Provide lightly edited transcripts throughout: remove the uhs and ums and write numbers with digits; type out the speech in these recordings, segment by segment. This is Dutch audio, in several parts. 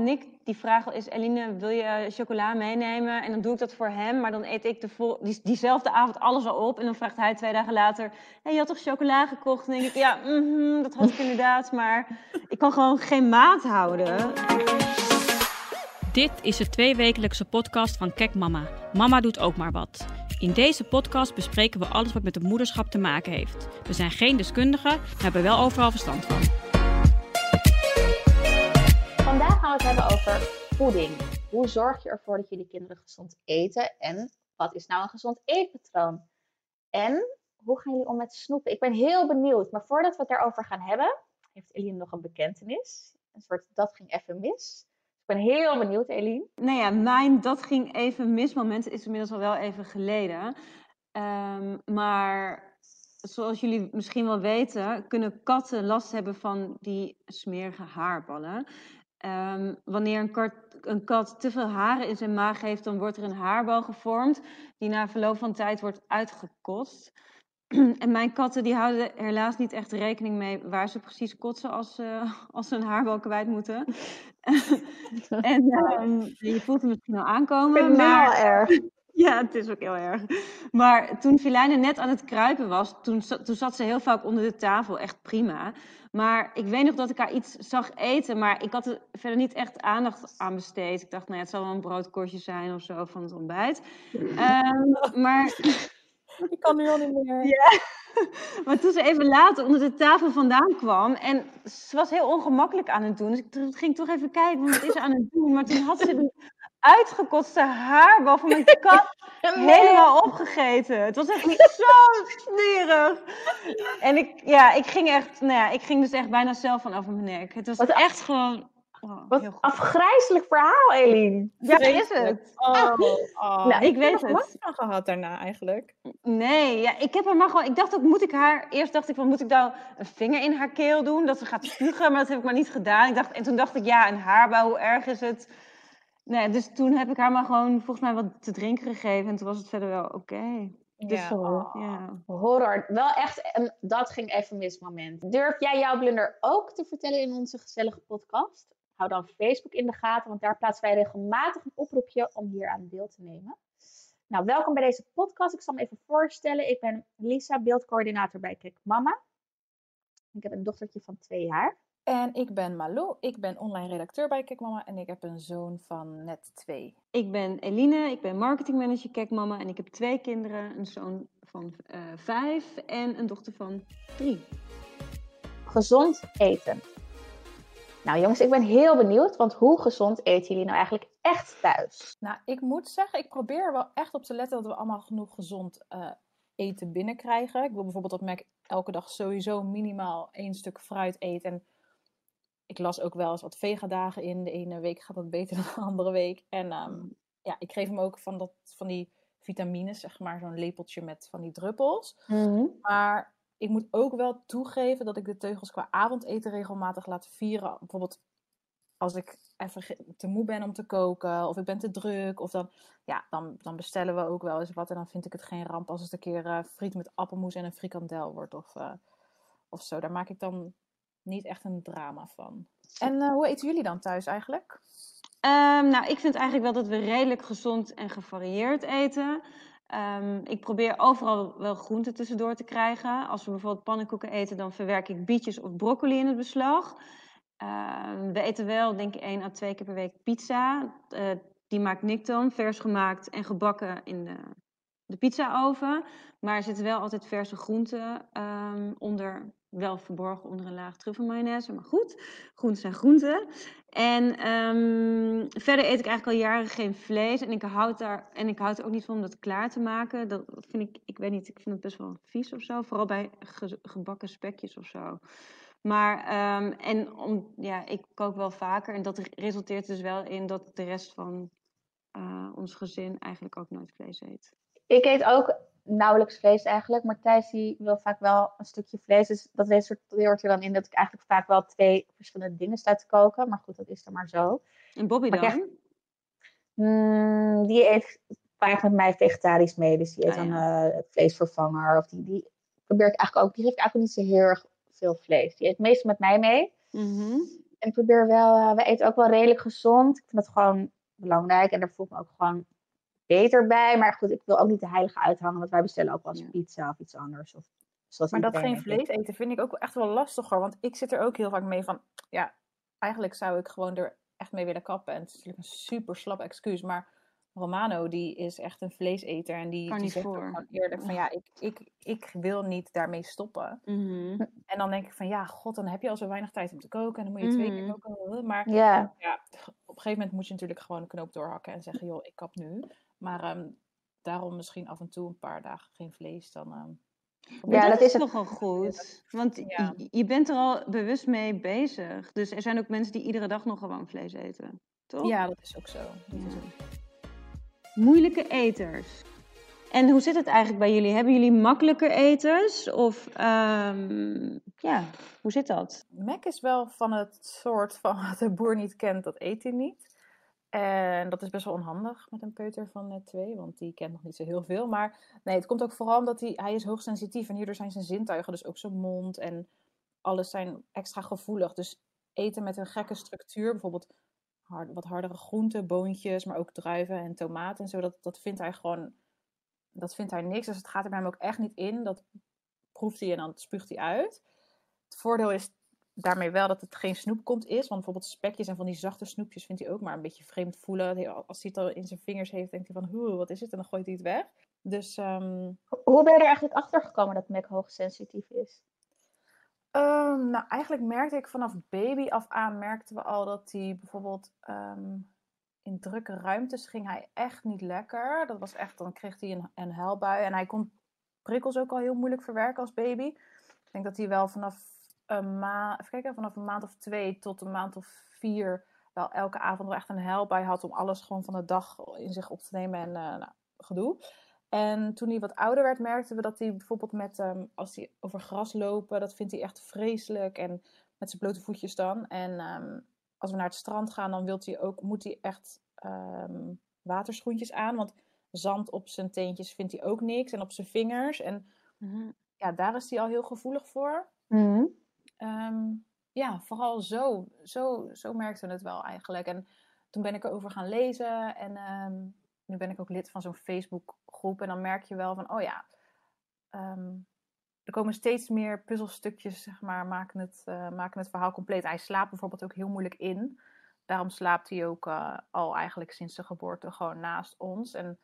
Nick die vraagt al is... Eline, wil je chocola meenemen? En dan doe ik dat voor hem. Maar dan eet ik diezelfde avond alles al op. En dan vraagt hij 2 dagen later... Hey, je had toch chocola gekocht? En dan denk ik, ja, dat had ik inderdaad. Maar ik kan gewoon geen maat houden. Dit is de 2-wekelijkse podcast van Kek Mama. Mama doet ook maar wat. In deze podcast bespreken we alles wat met het moederschap te maken heeft. We zijn geen deskundigen, maar hebben wel overal verstand van. Vandaag gaan we het hebben over voeding. Hoe zorg je ervoor dat jullie kinderen gezond eten? En wat is nou een gezond eetpatroon? En hoe gaan jullie om met snoepen? Ik ben heel benieuwd. Maar voordat we het daarover gaan hebben, heeft Eline nog een bekentenis. Een soort dat ging even mis. Ik ben heel benieuwd, Eline. Nou ja, mijn dat ging even mis moment is inmiddels al wel even geleden. Maar zoals jullie misschien wel weten, kunnen katten last hebben van die smerige haarballen. Wanneer een kat te veel haren in zijn maag heeft, dan wordt er een haarbal gevormd die na verloop van tijd wordt uitgekotst. En mijn katten die houden helaas niet echt rekening mee waar ze precies kotsen als ze een haarbal kwijt moeten. En je voelt hem misschien al aankomen. Ik vind het wel erg. Ja, het is ook heel erg. Maar toen Filijne net aan het kruipen was, toen zat ze heel vaak onder de tafel. Echt prima. Maar ik weet nog dat ik haar iets zag eten, maar ik had er verder niet echt aandacht aan besteed. Ik dacht, nou ja, het zal wel een broodkorstje zijn of zo van het ontbijt. Maar... Ik kan nu al niet meer. Ja. Maar toen ze even later onder de tafel vandaan kwam en ze was heel ongemakkelijk aan het doen. Dus ik ging toch even kijken, wat is ze aan het doen? Maar toen had ze de uitgekotste haarbal van mijn kat helemaal opgegeten. Het was echt zo smerig. En ik ging dus echt bijna zelf van over mijn nek. Het was echt gewoon... Wat een afgrijselijk verhaal, Eline. Ja, is het. Nou, ik weet het. Wat van gehad daarna eigenlijk? Nee, ja, ik heb er maar gewoon... Ik dacht ook, eerst dacht ik van, moet ik nou een vinger in haar keel doen? Dat ze gaat spugen, maar dat heb ik maar niet gedaan. En toen dacht ik, ja, een haarbouw, hoe erg is het? Nee, dus toen heb ik haar maar gewoon volgens mij wat te drinken gegeven. En toen was het verder wel oké. Dus ja. Horror. Wel echt een dat ging even mis moment. Durf jij jouw blunder ook te vertellen in onze gezellige podcast? Hou dan Facebook in de gaten, want daar plaatsen wij regelmatig een oproepje om hier aan deel te nemen. Nou, welkom bij deze podcast. Ik zal me even voorstellen. Ik ben Lisa, beeldcoördinator bij Kek Mama. Ik heb een dochtertje van 2 jaar. En ik ben Malou. Ik ben online redacteur bij Kek Mama en ik heb een zoon van net 2. Ik ben Eline, ik ben marketingmanager Kek Mama en ik heb 2 kinderen. Een zoon van 5 en een dochter van 3. Gezond eten. Nou jongens, ik ben heel benieuwd, want hoe gezond eten jullie nou eigenlijk echt thuis? Nou, ik moet zeggen, ik probeer er wel echt op te letten dat we allemaal genoeg gezond eten binnenkrijgen. Ik wil bijvoorbeeld dat Mac elke dag sowieso minimaal 1 stuk fruit eet. En ik las ook wel eens wat vegadagen in. De ene week gaat dat beter dan de andere week. En ik geef hem ook van die vitamines, zeg maar, zo'n lepeltje met van die druppels. Mm-hmm. Maar ik moet ook wel toegeven dat ik de teugels qua avondeten regelmatig laat vieren. Bijvoorbeeld als ik even te moe ben om te koken of ik ben te druk. Of dan bestellen we ook wel eens wat. En dan vind ik het geen ramp als het een keer friet met appelmoes en een frikandel wordt of zo. Daar maak ik dan niet echt een drama van. En hoe eten jullie dan thuis eigenlijk? Nou, ik vind eigenlijk wel dat we redelijk gezond en gevarieerd eten. Ik probeer overal wel groenten tussendoor te krijgen. Als we bijvoorbeeld pannenkoeken eten, dan verwerk ik bietjes of broccoli in het beslag. We eten wel, denk ik, 1 à 2 keer per week pizza. Die maakt Nick dan, vers gemaakt en gebakken in de pizzaoven. Maar er zitten wel altijd verse groenten onder, wel verborgen onder een laag truffelmayonaise. Maar goed, groenten zijn groenten. En verder eet ik eigenlijk al jaren geen vlees. En ik houd er ook niet van om dat klaar te maken. Dat vind ik weet niet, ik vind het best wel vies of zo. Vooral bij gebakken spekjes of zo. Maar, ik kook wel vaker. En dat resulteert dus wel in dat de rest van ons gezin eigenlijk ook nooit vlees eet. Ik eet ook nauwelijks vlees eigenlijk. Maar Thijs die wil vaak wel een stukje vlees. Dus dat resulteert er dan in dat ik eigenlijk vaak wel 2 verschillende dingen sta te koken. Maar goed, dat is er maar zo. En Bobby dan? Die eet vaak met mij vegetarisch mee. Dus die eet dan vleesvervanger. Of die probeer ik eigenlijk ook. Die geeft eigenlijk niet zo heel erg veel vlees. Die eet meestal met mij mee. Mm-hmm. En ik probeer wel, we eten ook wel redelijk gezond. Ik vind dat gewoon belangrijk en daar voel ik me ook gewoon beter bij. Maar goed, ik wil ook niet de heilige uithangen, want wij bestellen ook wel eens pizza of iets anders. Of zoals Maar dat iedereen, geen denk ik. vlees eten vind ik ook echt wel lastiger. Want ik zit er ook heel vaak mee van... Ja, eigenlijk zou ik gewoon er echt mee willen kappen. En het is natuurlijk een super slap excuus. Maar Romano, die is echt een vleeseter. En die zegt ook Carnivore. gewoon eerlijk van... Ja, ik wil niet daarmee stoppen. Mhm. En dan denk ik van... Ja, god, dan heb je al zo weinig tijd om te koken. En dan moet je 2 keer koken. Maar Ja, ja, op een gegeven moment moet je natuurlijk gewoon een knoop doorhakken. En zeggen, joh, ik kap nu. Maar daarom misschien af en toe een paar dagen geen vlees. Dan... Maar Ja, dat dat is is het. toch al goed. Want Ja. je bent er al bewust mee bezig. Dus er zijn ook mensen die iedere dag nog gewoon vlees eten. Toch? Ja, dat is ook zo. Dat is Ja. ook. Moeilijke eters. En hoe zit het eigenlijk bij jullie? Hebben jullie makkelijker eters? Of ja, hoe zit dat? Mac is wel van het soort van wat de boer niet kent, dat eet hij niet. En dat is best wel onhandig met een peuter van net 2, want die kent nog niet zo heel veel. Maar nee, het komt ook vooral omdat hij is hoogsensitief en hierdoor zijn zijn zintuigen, dus ook zijn mond en alles zijn extra gevoelig. Dus eten met een gekke structuur, bijvoorbeeld wat hardere groenten, boontjes, maar ook druiven en tomaten en zo, dat vindt hij gewoon, dat vindt hij niks. Dus het gaat er bij hem ook echt niet in. Dat proeft hij en dan spuugt hij uit. Het voordeel is daarmee wel dat het geen snoepkont is. Want bijvoorbeeld spekjes en van die zachte snoepjes vindt hij ook maar een beetje vreemd voelen. Als hij het al in zijn vingers heeft, denkt hij van, wat is het? En dan gooit hij het weg. Dus Hoe ben je er eigenlijk achter gekomen dat Mac hoogsensitief is? nou, eigenlijk merkte ik vanaf baby af aan, merkten we al dat hij bijvoorbeeld in drukke ruimtes ging hij echt niet lekker. Dat was echt, dan kreeg hij een huilbui. En hij kon prikkels ook al heel moeilijk verwerken als baby. Ik denk dat hij wel vanaf vanaf een maand of 2 tot een maand of 4 wel elke avond wel echt een huilbui had om alles gewoon van de dag in zich op te nemen en gedoe. En toen hij wat ouder werd, merkten we dat hij bijvoorbeeld als hij over gras lopen, dat vindt hij echt vreselijk. En met zijn blote voetjes dan. En als we naar het strand gaan, dan moet hij echt waterschoentjes aan. Want zand op zijn teentjes vindt hij ook niks. En op zijn vingers. En ja, daar is hij al heel gevoelig voor. Ja, vooral zo merkte we het wel eigenlijk. En toen ben ik erover gaan lezen. En nu ben ik ook lid van zo'n Facebookgroep. En dan merk je wel van, er komen steeds meer puzzelstukjes, zeg maar, maken het verhaal compleet. Hij slaapt bijvoorbeeld ook heel moeilijk in. Daarom slaapt hij ook al eigenlijk sinds zijn geboorte gewoon naast ons. En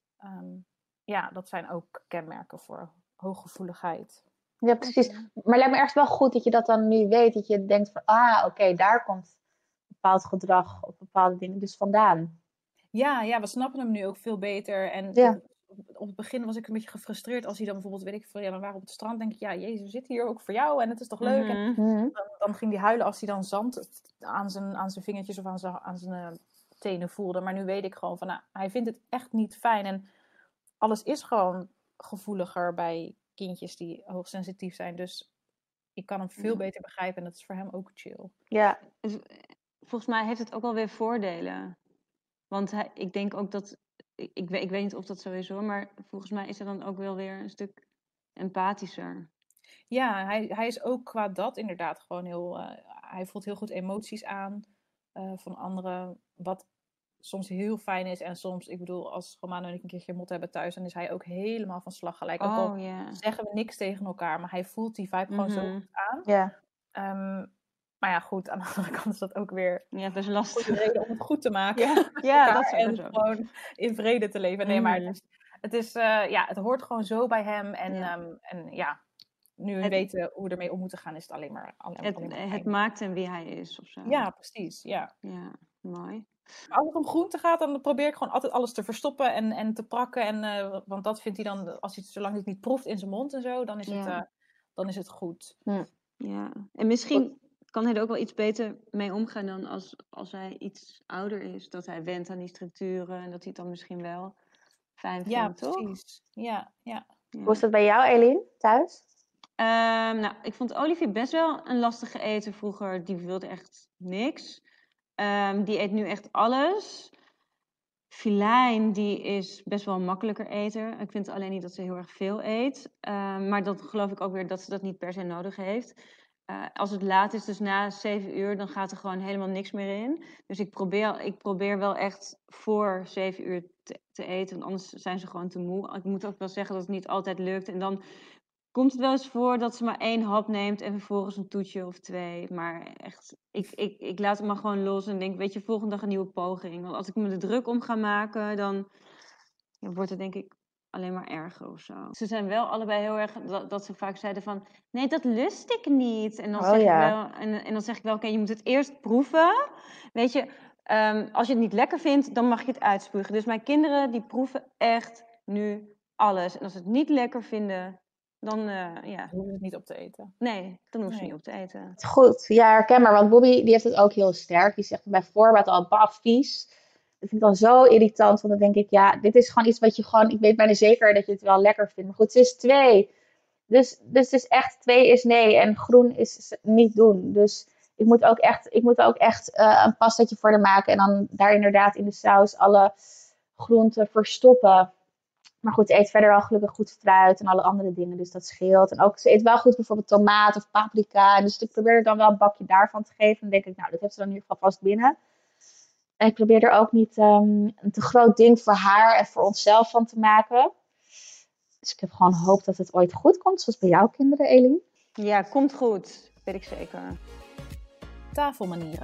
ja, dat zijn ook kenmerken voor hooggevoeligheid. Ja, precies. Maar het lijkt me echt wel goed dat je dat dan nu weet. Dat je denkt van, oké, daar komt bepaald gedrag of bepaalde dingen dus vandaan. Ja, we snappen hem nu ook veel beter. En Ja. op het begin was ik een beetje gefrustreerd als hij dan bijvoorbeeld, weet ik veel, dan waren we op het strand, denk ik, ja, jezus, we zitten hier ook voor jou en het is toch leuk. En dan ging hij huilen als hij dan zand aan zijn vingertjes of aan zijn tenen voelde. Maar nu weet ik gewoon van, hij vindt het echt niet fijn. En alles is gewoon gevoeliger bij kindjes die hoogsensitief zijn. Dus ik kan hem veel beter begrijpen en dat is voor hem ook chill. Ja. Volgens mij heeft het ook wel weer voordelen. Want ik denk ook dat... Ik weet niet of dat zo is hoor, maar volgens mij is hij dan ook wel weer een stuk empathischer. Ja, hij is ook qua dat inderdaad gewoon heel... hij voelt heel goed emoties aan van anderen, wat soms heel fijn is. En soms, ik bedoel, als Romano en ik een keertje mot hebben thuis, dan is hij ook helemaal van slag gelijk. Ook al zeggen we niks tegen elkaar, maar hij voelt die vibe gewoon zo goed aan. Ja. Maar ja, goed, aan de andere kant is dat ook weer best lastig. een goede reden om het goed te maken. Ja, dat is en zo. gewoon in vrede te leven. Nee, maar het hoort gewoon zo bij hem. En ja, nu we weten hoe we ermee om moeten gaan, is het alleen maar het maakt hem wie hij is of zo. Ja, precies. Ja, mooi. Maar als het om groente gaat, dan probeer ik gewoon altijd alles te verstoppen en te prakken. Want dat vindt hij dan, zolang hij het niet proeft in zijn mond en zo, dan is het goed. Ja, en misschien kan hij er ook wel iets beter mee omgaan dan als hij iets ouder is. Dat hij went aan die structuren en dat hij het dan misschien wel fijn vindt, toch? Ja, precies. Ja. Hoe is dat bij jou, Eline, thuis? Nou, ik vond Olivier best wel een lastige eter vroeger. Die wilde echt niks. Die eet nu echt alles. Filijn, die is best wel een makkelijker eter. Ik vind alleen niet dat ze heel erg veel eet. Maar dat geloof ik ook weer dat ze dat niet per se nodig heeft. Als het laat is, dus na 7 uur, dan gaat er gewoon helemaal niks meer in. Dus ik probeer wel echt voor 7 uur te eten, want anders zijn ze gewoon te moe. Ik moet ook wel zeggen dat het niet altijd lukt. En dan komt het wel eens voor dat ze maar 1 hap neemt en vervolgens een toetje of 2. Maar echt, ik laat het maar gewoon los en denk, weet je, volgende dag een nieuwe poging. Want als ik me er druk om ga maken, dan wordt het denk ik alleen maar erger of zo. Ze zijn wel allebei heel erg, dat ze vaak zeiden van, nee, dat lust ik niet. En dan zeg ik wel, en dan zeg ik wel, oké, je moet het eerst proeven. Weet je, als je het niet lekker vindt, dan mag je het uitspugen. Dus mijn kinderen, die proeven echt nu alles. En als ze het niet lekker vinden, dan hoeven we het niet op te eten. Nee, dan hoef je niet op te eten. Goed, ja, herkenbaar. Want Bobby die heeft het ook heel sterk. Die zegt bij voorbaat al, vies. Dat vind ik dan zo irritant. Want dan denk ik, ja, dit is gewoon iets wat je gewoon... Ik weet bijna zeker dat je het wel lekker vindt. Maar goed, het is 2. Dus het is echt 2 is nee. En groen is niet doen. Dus ik moet ook echt een pastaatje voor haar maken. En dan daar inderdaad in de saus alle groenten verstoppen. Maar goed, ze eet verder wel gelukkig goed fruit en alle andere dingen. Dus dat scheelt. En ook, ze eet wel goed bijvoorbeeld tomaat of paprika. En dus ik probeer er dan wel een bakje daarvan te geven. Dan denk ik, nou, dat heeft ze dan in ieder geval vast binnen. En ik probeer er ook niet een te groot ding voor haar en voor onszelf van te maken. Dus ik heb gewoon hoop dat het ooit goed komt. Zoals bij jouw kinderen, Eline. Ja, komt goed. Weet ik zeker. Tafelmanieren.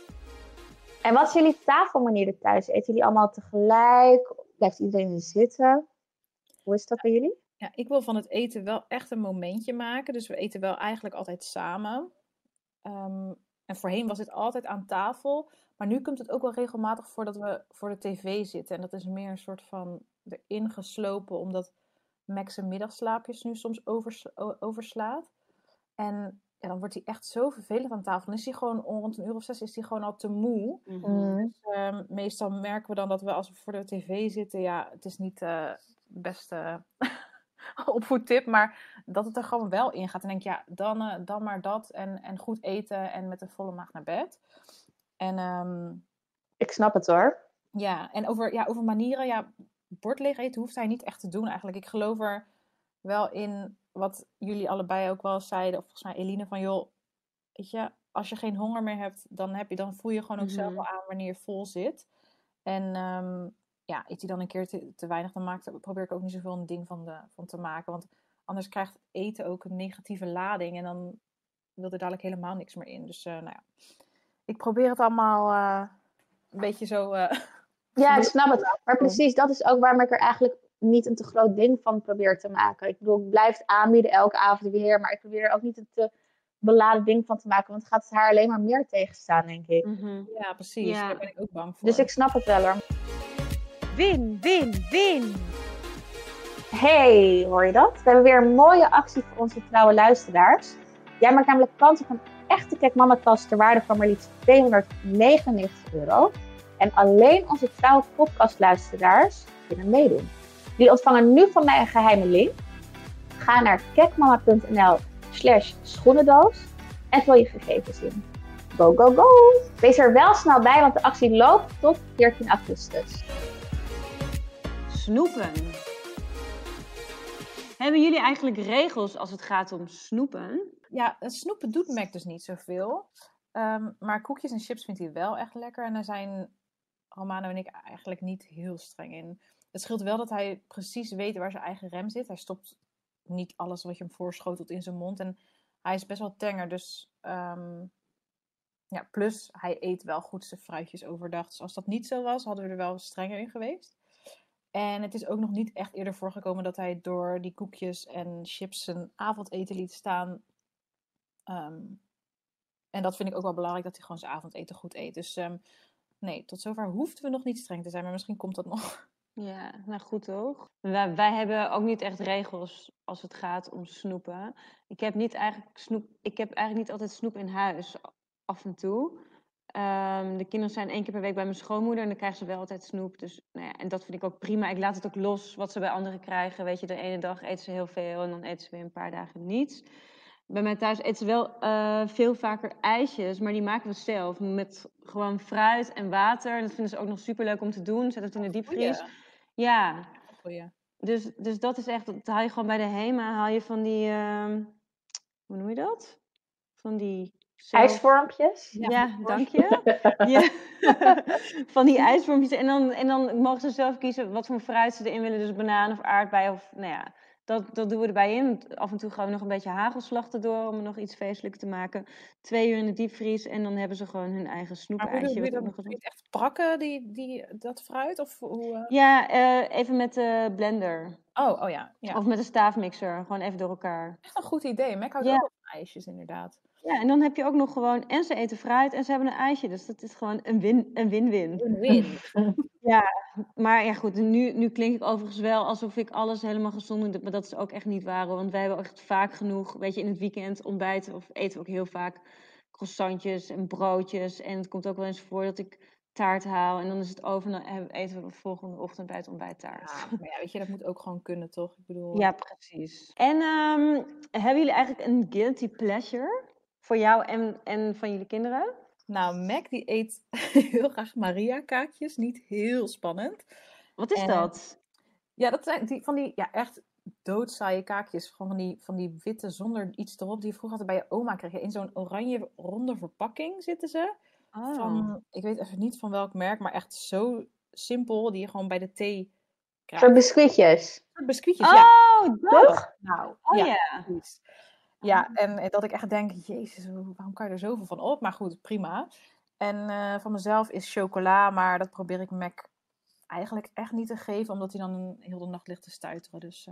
En wat is jullie tafelmanieren thuis? Eten jullie allemaal tegelijk? Blijft iedereen zitten? Hoe is dat bij jullie? Ja, ik wil van het eten wel echt een momentje maken. Dus we eten wel eigenlijk altijd samen. En voorheen was het altijd aan tafel. Maar nu komt het ook wel regelmatig voor dat we voor de tv zitten. En dat is meer een soort van erin geslopen. Omdat Max zijn middagslaapjes nu soms overslaat. En ja, dan wordt hij echt zo vervelend aan tafel. Dan is hij gewoon rond 1 uur of 6 is hij gewoon al te moe. Mm. Dus, meestal merken we dan dat we als we voor de tv zitten... Ja, het is niet de beste opvoedtip, maar dat het er gewoon wel in gaat. En denk ja, dan maar dat. En goed eten en met een volle maag naar bed. En Ik snap het hoor. ja, en over manieren... Ja, bord leeg eten hoeft hij niet echt te doen eigenlijk. Ik geloof er wel in wat jullie allebei ook wel zeiden, of volgens mij Eline, van joh, weet je, als je geen honger meer hebt, dan voel je gewoon ook zelf wel aan wanneer je vol zit. En ja, eet hij dan een keer te weinig, dan probeer ik ook niet zoveel een ding van te maken. Want anders krijgt eten ook een negatieve lading en dan wil er dadelijk helemaal niks meer in. Dus nou ja, ik probeer het allemaal een beetje zo... Ja, ik snap het. Maar precies, dat is ook waarom ik er eigenlijk niet een te groot ding van probeer te maken. Ik bedoel, ik blijf het aanbieden elke avond weer. Maar ik probeer er ook niet een te beladen ding van te maken. Want het gaat haar alleen maar meer tegenstaan, denk ik. Ja, precies. Ja. Daar ben ik ook bang voor. Dus ik snap het wel hoor. Win, win, win! Hey, hoor je dat? We hebben weer een mooie actie voor onze trouwe luisteraars. Jij maakt namelijk kans op een echte Kijk Mama tas ter waarde van maar liefst €299. En alleen onze trouwe podcastluisteraars kunnen meedoen. Die ontvangen nu van mij een geheime link. Ga naar kijkmama.nl/schoenendoos en vul je gegevens in. Go, go, go! Wees er wel snel bij, want de actie loopt tot 14 augustus. Snoepen. Hebben jullie eigenlijk regels als het gaat om snoepen? Ja, snoepen doet Mac dus niet zoveel. Maar koekjes en chips vindt hij wel echt lekker. En daar zijn Romano en ik eigenlijk niet heel streng in. Het scheelt wel dat hij precies weet waar zijn eigen rem zit. Hij stopt niet alles wat je hem voorschotelt in zijn mond. En hij is best wel tenger. Dus ja, plus hij eet wel goed zijn fruitjes overdag. Dus als dat niet zo was, hadden we er wel strenger in geweest. En het is ook nog niet echt eerder voorgekomen dat hij door die koekjes en chips zijn avondeten liet staan. En dat vind ik ook wel belangrijk, dat hij gewoon zijn avondeten goed eet. Dus nee, tot zover hoefden we nog niet streng te zijn, maar misschien komt dat nog. Ja, nou goed toch? Wij hebben ook niet echt regels als het gaat om snoepen. Ik heb eigenlijk niet altijd snoep in huis, af en toe. De kinderen zijn 1 keer per week bij mijn schoonmoeder en dan krijgen ze wel altijd snoep. Dus, nou ja, en dat vind ik ook prima. Ik laat het ook los wat ze bij anderen krijgen. Weet je, de ene dag eten ze heel veel en dan eten ze weer een paar dagen niets. Bij mij thuis eten ze wel veel vaker ijsjes, maar die maken we zelf. Met gewoon fruit en water. En dat vinden ze ook nog superleuk om te doen. Zet het in de diepvries. Ja. Goeie. Dus dat is echt, dat haal je gewoon bij de HEMA, haal je van die, hoe noem je dat? Van die IJsvormpjes? Ja, dank je. Ja. Van die ijsvormpjes. En dan mogen ze zelf kiezen wat voor fruit ze erin willen. Dus banaan of aardbei of nou ja. Dat doen we erbij in. Af en toe gaan we nog een beetje hagelslag erdoor om er nog iets feestelijks te maken. 2 uur in de diepvries en dan hebben ze gewoon hun eigen snoepijsje. Maar hoe doe je het echt brakken, dat fruit? Of hoe, Ja, even met de blender. Oh ja. Of met een staafmixer. Gewoon even door elkaar. Echt een goed idee. Mac houdt ook wel van ijsjes, inderdaad. Ja, en dan heb je ook nog gewoon... En ze eten fruit en ze hebben een ijsje. Dus dat is gewoon een win-win. Win-win. Ja, maar ja goed, nu klink ik overigens wel alsof ik alles helemaal gezond doe, maar dat is ook echt niet waar hoor. Want wij hebben echt vaak genoeg, weet je, in het weekend ontbijten of eten we ook heel vaak croissantjes en broodjes. En het komt ook wel eens voor dat ik taart haal en dan is het over en dan eten we de volgende ochtend bij het ontbijt taart. Ja, maar ja, weet je, dat moet ook gewoon kunnen toch? Ik bedoel... Ja, precies. En hebben jullie eigenlijk een guilty pleasure voor jou en van jullie kinderen? Nou, Mac die eet heel graag Maria-kaakjes. Niet heel spannend. Wat is dat? Ja, dat zijn van die echt doodsaaie kaakjes. Gewoon van die witte zonder iets erop. Die je vroeger altijd bij je oma kreeg. In zo'n oranje ronde verpakking zitten ze. Oh. Van, ik weet even niet van welk merk, maar echt zo simpel. Die je gewoon bij de thee krijgt. Voor biscuitjes. Biscuitjes, ja. Oh, dat! Nou, ja. Precies. Ja, en dat ik echt denk, jezus, waarom kan je er zoveel van op? Maar goed, prima. En van mezelf is chocola, maar dat probeer ik Mac eigenlijk echt niet te geven, omdat hij dan heel de nacht ligt te stuiteren. Dus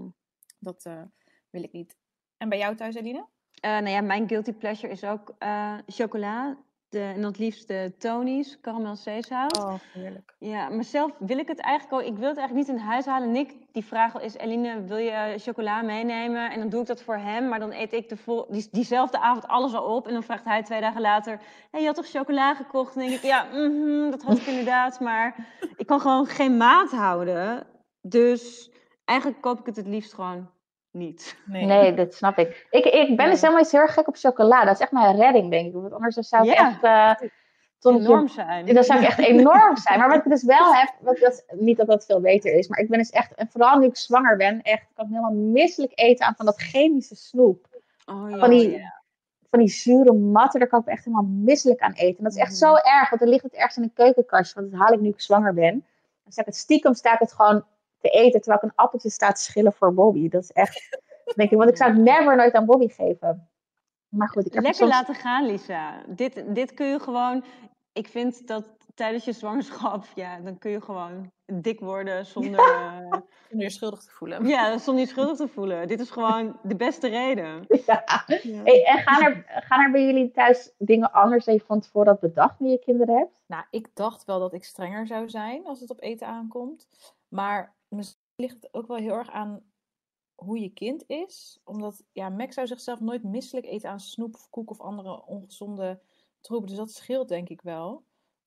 dat wil ik niet. En bij jou thuis, Eline? Nou ja, mijn guilty pleasure is ook chocola. En dan het liefst de Tony's, karamel zeezout. Oh, heerlijk. Ja, maar zelf wil ik het eigenlijk ook. Ik wil het eigenlijk niet in huis halen. Nick, die vraagt al is, Eline, wil je chocola meenemen? En dan doe ik dat voor hem, maar dan eet ik diezelfde avond alles al op. En dan vraagt hij 2 dagen later, hey, je had toch chocola gekocht? En dan denk ik, ja, dat had ik inderdaad. Maar ik kan gewoon geen maat houden. Dus eigenlijk koop ik het liefst gewoon niet. Nee, dat snap ik. Ik ben dus helemaal heel erg gek op chocola. Dat is echt mijn redding, denk ik. Want anders zou ik echt... enorm zijn. Dan zou ik echt enorm zijn. Maar wat ik dus wel heb... niet dat dat veel beter is. Maar ik ben dus echt... En vooral nu ik zwanger ben. Echt, ik kan helemaal misselijk eten aan van dat chemische snoep. Oh, ja, van die zure matten. Daar kan ik me echt helemaal misselijk aan eten. En dat is echt zo erg. Want dan ligt het ergens in een keukenkastje. Want dat haal ik nu ik zwanger ben. Dan sta ik het stiekem gewoon te eten. Terwijl ik een appeltje sta te schillen voor Bobby. Dat is echt... denk ik, want ik zou het nooit aan Bobby geven. Maar goed, ik heb lekker laten gaan, Lisa. Dit kun je gewoon... Ik vind dat tijdens je zwangerschap... Ja, dan kun je gewoon dik worden zonder... Zonder je schuldig te voelen. Ja, zonder je schuldig te voelen. Dit is gewoon de beste reden. Ja. Hey, en gaan er bij jullie thuis dingen anders dan je van tevoren had bedacht nu je kinderen hebt? Nou, ik dacht wel dat ik strenger zou zijn als het op eten aankomt. Maar misschien ligt het ook wel heel erg aan hoe je kind is. Omdat, Mac zou zichzelf nooit misselijk eten aan snoep of koek of andere ongezonde troep. Dus dat scheelt denk ik wel.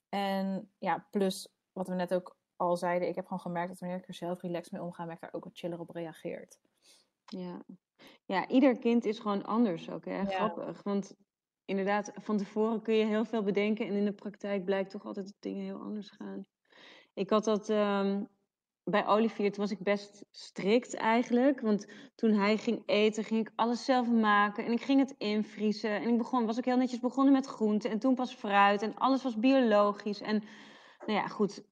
En plus wat we net ook al zeiden. Ik heb gewoon gemerkt dat wanneer ik er zelf relaxed mee omga, Mac daar ook wat chiller op reageert. Ja, ieder kind is gewoon anders ook. Hè? Grappig. Want inderdaad, van tevoren kun je heel veel bedenken. En in de praktijk blijkt toch altijd dat dingen heel anders gaan. Ik had dat... bij Olivier, toen was ik best strikt eigenlijk. Want toen hij ging eten, ging ik alles zelf maken. En ik ging het invriezen. En ik was ook heel netjes begonnen met groenten. En toen pas fruit. En alles was biologisch. En nou ja, goed.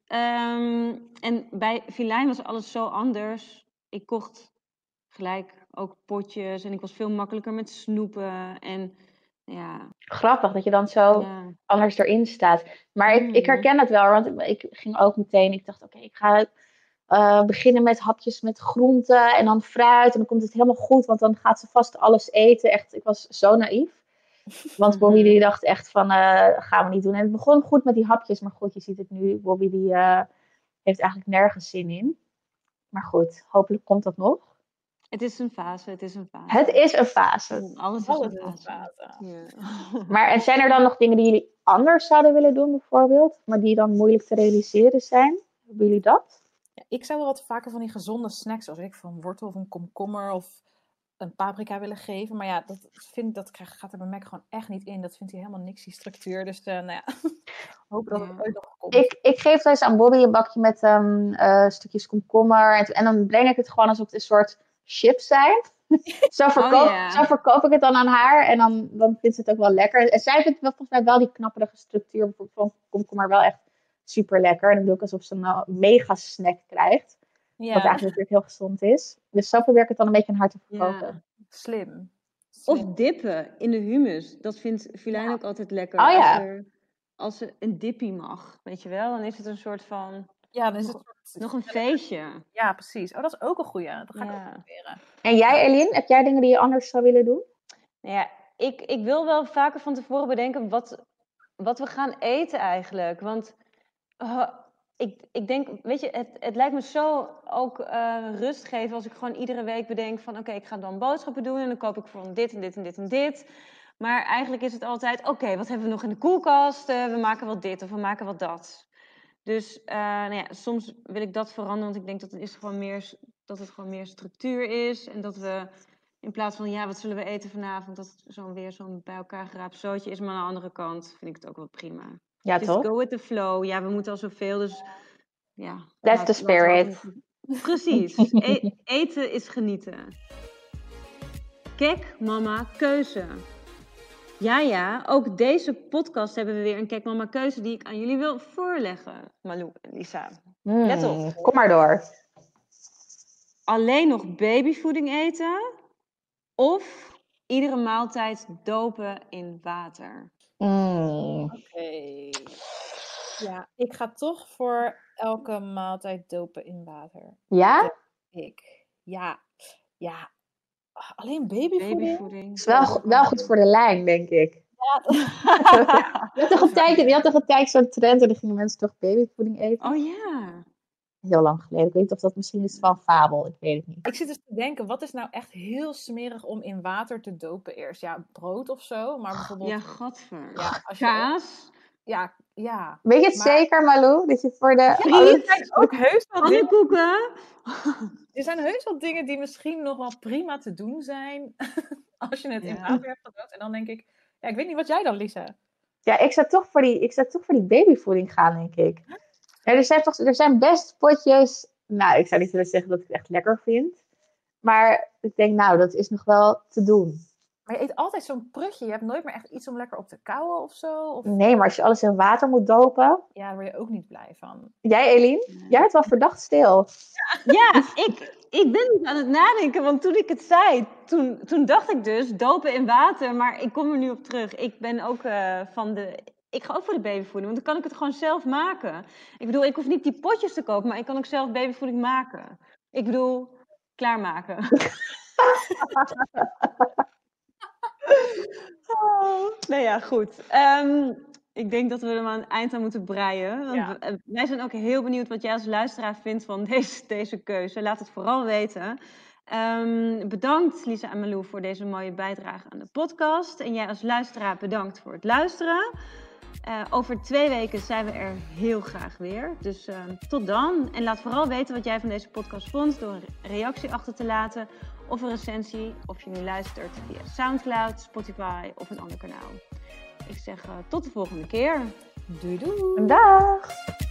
En bij Filijn was alles zo anders. Ik kocht gelijk ook potjes. En ik was veel makkelijker met snoepen. En ja... Grappig dat je dan zo anders erin staat. Maar ik herken het wel. Want ik ging ook meteen... Ik dacht, oké, ik ga... beginnen met hapjes met groenten en dan fruit. En dan komt het helemaal goed, want dan gaat ze vast alles eten. Echt, ik was zo naïef. Want Bobby die dacht echt van, gaan we niet doen. En het begon goed met die hapjes, maar goed, je ziet het nu. Bobby die heeft eigenlijk nergens zin in. Maar goed, hopelijk komt dat nog. Het is een fase, het is een fase. Alles is een fase. Ja. Maar en zijn er dan nog dingen die jullie anders zouden willen doen bijvoorbeeld? Maar die dan moeilijk te realiseren zijn? Hebben jullie dat? Ja, ik zou wel wat vaker van die gezonde snacks, zoals van wortel of een komkommer of een paprika willen geven. Maar ja, dat gaat er bij Mac gewoon echt niet in. Dat vindt hij helemaal niks, die structuur. Dus hoop dat het ooit nog komt. Ik geef dus aan Bobby een bakje met stukjes komkommer. En dan breng ik het gewoon alsof het een soort chips zijn. Zo verkoop ik het dan aan haar. En dan vindt ze het ook wel lekker. En zij vindt volgens mij wel die knapperige structuur van komkommer wel echt super lekker. En dan doe ik alsof ze een mega snack krijgt. Ja. Wat eigenlijk natuurlijk heel gezond is. Dus zo probeer ik het dan een beetje aan haar te verkopen. Ja. Slim. Of dippen in de hummus. Dat vindt Filijn ook altijd lekker. Oh ja. Als ze een dippie mag, weet je wel. Dan is het een soort van... Ja, dan is het nog een feestje. Ja, precies. Oh, dat is ook een goeie. Dat ga ik ook proberen. En jij, Eline, heb jij dingen die je anders zou willen doen? Nou ja, ik wil wel vaker van tevoren bedenken wat we gaan eten eigenlijk. Want ik denk, weet je, het lijkt me zo ook rust geven als ik gewoon iedere week bedenk van oké, ik ga dan boodschappen doen en dan koop ik voor dit en dit en dit en dit. Maar eigenlijk is het altijd, oké, wat hebben we nog in de koelkast? We maken wel dit of we maken wel dat. Dus nou ja, soms wil ik dat veranderen, want ik denk dat het gewoon meer structuur is. En dat we in plaats van, ja, wat zullen we eten vanavond? Dat het weer zo'n bij elkaar geraapt zootje is. Maar aan de andere kant vind ik het ook wel prima. Ja, Just toch? go with the flow. Ja, we moeten al zoveel, dus ja. That's the spirit. Precies. Eten is genieten. Kek, mama, keuze. Ja, ook deze podcast hebben we weer een Kek Mama keuze die ik aan jullie wil voorleggen. Malou en Lisa. Let op. Kom maar door. Alleen nog babyvoeding eten of iedere maaltijd dopen in water? Oké. Ja, ik ga toch voor elke maaltijd dopen in water. Ja? Ja. Alleen babyvoeding? Is wel goed voor de lijn, denk ik. Ja. Je had toch een tijd zo'n trend en dan gingen mensen toch babyvoeding eten? Oh ja. Heel lang geleden. Ik weet niet of dat misschien is van fabel. Ik weet het niet. Ik zit dus te denken, wat is nou echt heel smerig om in water te dopen eerst? Ja, brood of zo, maar bijvoorbeeld... Ja, gadver. Ja, als je kaas. Ja. Weet je het zeker, Malou? Dat je voor de... Er zijn ook heus wel dingen... Pannenkoeken. Er zijn heus wel dingen die misschien nog wel prima te doen zijn. Als je het in water hebt gedoopt. En dan denk ik... Ja, ik weet niet wat jij dan, Lisa. Ja, ik zou toch voor die babyvoeding gaan, denk ik. Ja, er zijn best potjes... Nou, ik zou niet willen zeggen dat ik het echt lekker vind. Maar ik denk, nou, dat is nog wel te doen. Maar je eet altijd zo'n prutje. Je hebt nooit meer echt iets om lekker op te kauwen of zo? Of... Nee, maar als je alles in water moet dopen... Ja, daar word je ook niet blij van. Jij, Eline? Jij bent wel verdacht stil. Ja, ik ben niet aan het nadenken, want toen ik het zei, toen dacht ik dus dopen in water, maar ik kom er nu op terug. Ik ben ook ik ga ook voor de babyvoeding, want dan kan ik het gewoon zelf maken. Ik bedoel, ik hoef niet die potjes te kopen, maar ik kan ook zelf babyvoeding maken. Ik bedoel, klaarmaken. Nou ja, goed. Ik denk dat we er maar een eind aan moeten breien. Want wij zijn ook heel benieuwd wat jij als luisteraar vindt van deze keuze. Laat het vooral weten. Bedankt Lisa en Malou voor deze mooie bijdrage aan de podcast. En jij als luisteraar bedankt voor het luisteren. Over 2 weken zijn we er heel graag weer. Dus tot dan. En laat vooral weten wat jij van deze podcast vond door een reactie achter te laten. Of een recensie, of je nu luistert via Soundcloud, Spotify of een ander kanaal. Ik zeg tot de volgende keer. Doei doei. Dag.